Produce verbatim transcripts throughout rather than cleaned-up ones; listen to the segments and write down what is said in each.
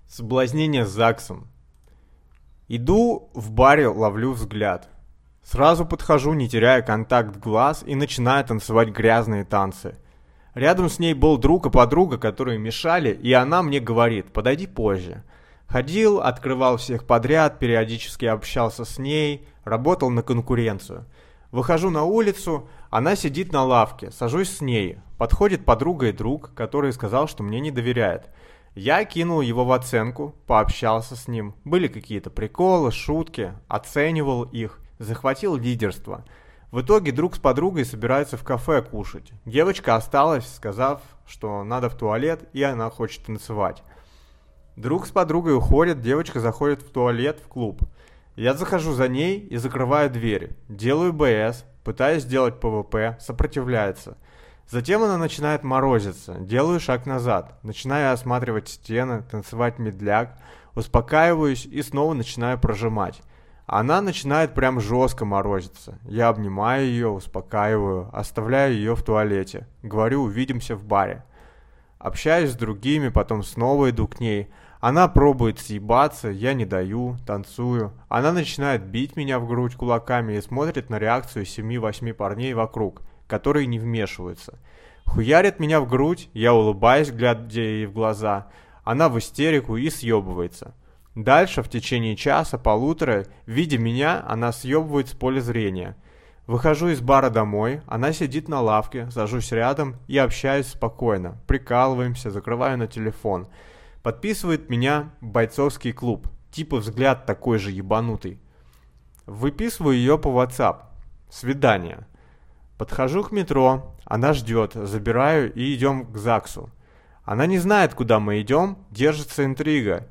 Соблазнение с ЗАГСом. Иду в баре, ловлю взгляд. Сразу подхожу, не теряя контакт глаз, и начинаю танцевать грязные танцы. Рядом с ней был друг и подруга, которые мешали, и она мне говорит: подойди позже. Ходил, открывал всех подряд, периодически общался с ней, работал на конкуренцию. Выхожу на улицу, она сидит на лавке, сажусь с ней. Подходит подруга и друг, который сказал, что мне не доверяет. Я кинул его в оценку, пообщался с ним. Были какие-то приколы, шутки, оценивал их, захватил лидерство. В итоге друг с подругой собираются в кафе кушать. Девочка осталась, сказав, что надо в туалет, и она хочет танцевать. Друг с подругой уходит, девочка заходит в туалет в клуб. Я захожу за ней и закрываю дверь. Делаю БС, пытаюсь сделать ПВП, сопротивляется. Затем она начинает морозиться. Делаю шаг назад. Начинаю осматривать стены, танцевать медляк. Успокаиваюсь и снова начинаю прожимать. Она начинает прям жестко морозиться. Я обнимаю ее, успокаиваю, оставляю ее в туалете. Говорю: увидимся в баре. Общаюсь с другими, потом снова иду к ней. Она пробует съебаться, я не даю, танцую. Она начинает бить меня в грудь кулаками и смотрит на реакцию семи-восьми парней вокруг, которые не вмешиваются. Хуярит меня в грудь, я улыбаюсь, глядя ей в глаза. Она в истерику и съебывается. Дальше, в течение часа-полутора, видя меня, она съебывает с поля зрения. Выхожу из бара домой, она сидит на лавке, сажусь рядом и общаюсь спокойно. Прикалываемся, закрываю на телефон. Подписывает меня в бойцовский клуб. Типа взгляд такой же ебанутый. Выписываю ее по WhatsApp. Свидание. Подхожу к метро, она ждет, забираю и идем к ЗАГСу. Она не знает, куда мы идем, держится интрига.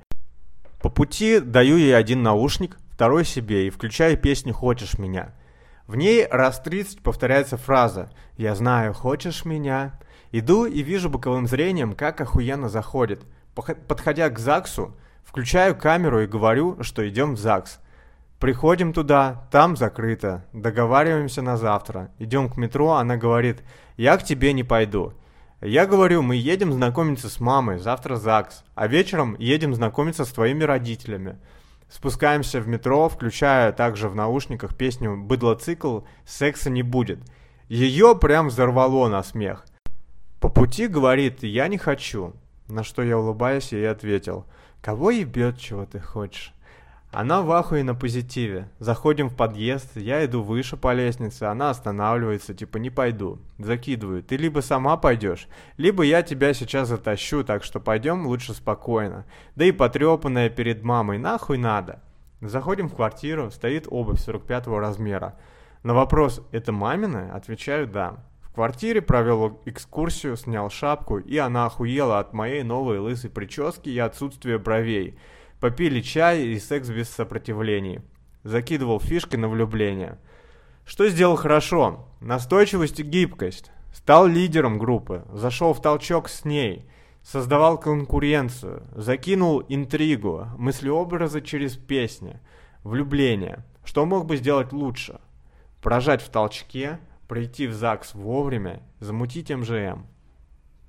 По пути даю ей один наушник, второй себе и включаю песню «Хочешь меня». В ней раз тридцать повторяется фраза «Я знаю, хочешь меня». Иду и вижу боковым зрением, как охуенно заходит. Подходя к ЗАГСу, включаю камеру и говорю, что идем в ЗАГС. Приходим туда, там закрыто, договариваемся на завтра. Идем к метро, она говорит: я к тебе не пойду. Я говорю: мы едем знакомиться с мамой, завтра ЗАГС, а вечером едем знакомиться с твоими родителями. Спускаемся в метро, включая также в наушниках песню «Быдлоцикл», «Секса не будет». Ее прям взорвало на смех. По пути говорит: я не хочу. На что я, улыбаясь, ей ответил: кого ебет, чего ты хочешь? Она в ахуе на позитиве. Заходим в подъезд, я иду выше по лестнице, она останавливается, типа не пойду. Закидываю: ты либо сама пойдешь, либо я тебя сейчас затащу, так что пойдем лучше спокойно. Да и потрепанная перед мамой, нахуй надо. Заходим в квартиру, стоит обувь сорок пятого размера. На вопрос: это мамина? Отвечаю: да. В квартире провел экскурсию, снял шапку, и она охуела от моей новой лысой прически и отсутствия бровей. Попили чай и секс без сопротивлений. Закидывал фишки на влюбление. Что сделал хорошо? Настойчивость и гибкость. Стал лидером группы. Зашел в толчок с ней. Создавал конкуренцию. Закинул интригу. Мыслеобразы через песни. Влюбление. Что мог бы сделать лучше? Прожать в толчке. Прийти в ЗАГС вовремя. Замутить эм жэ эм.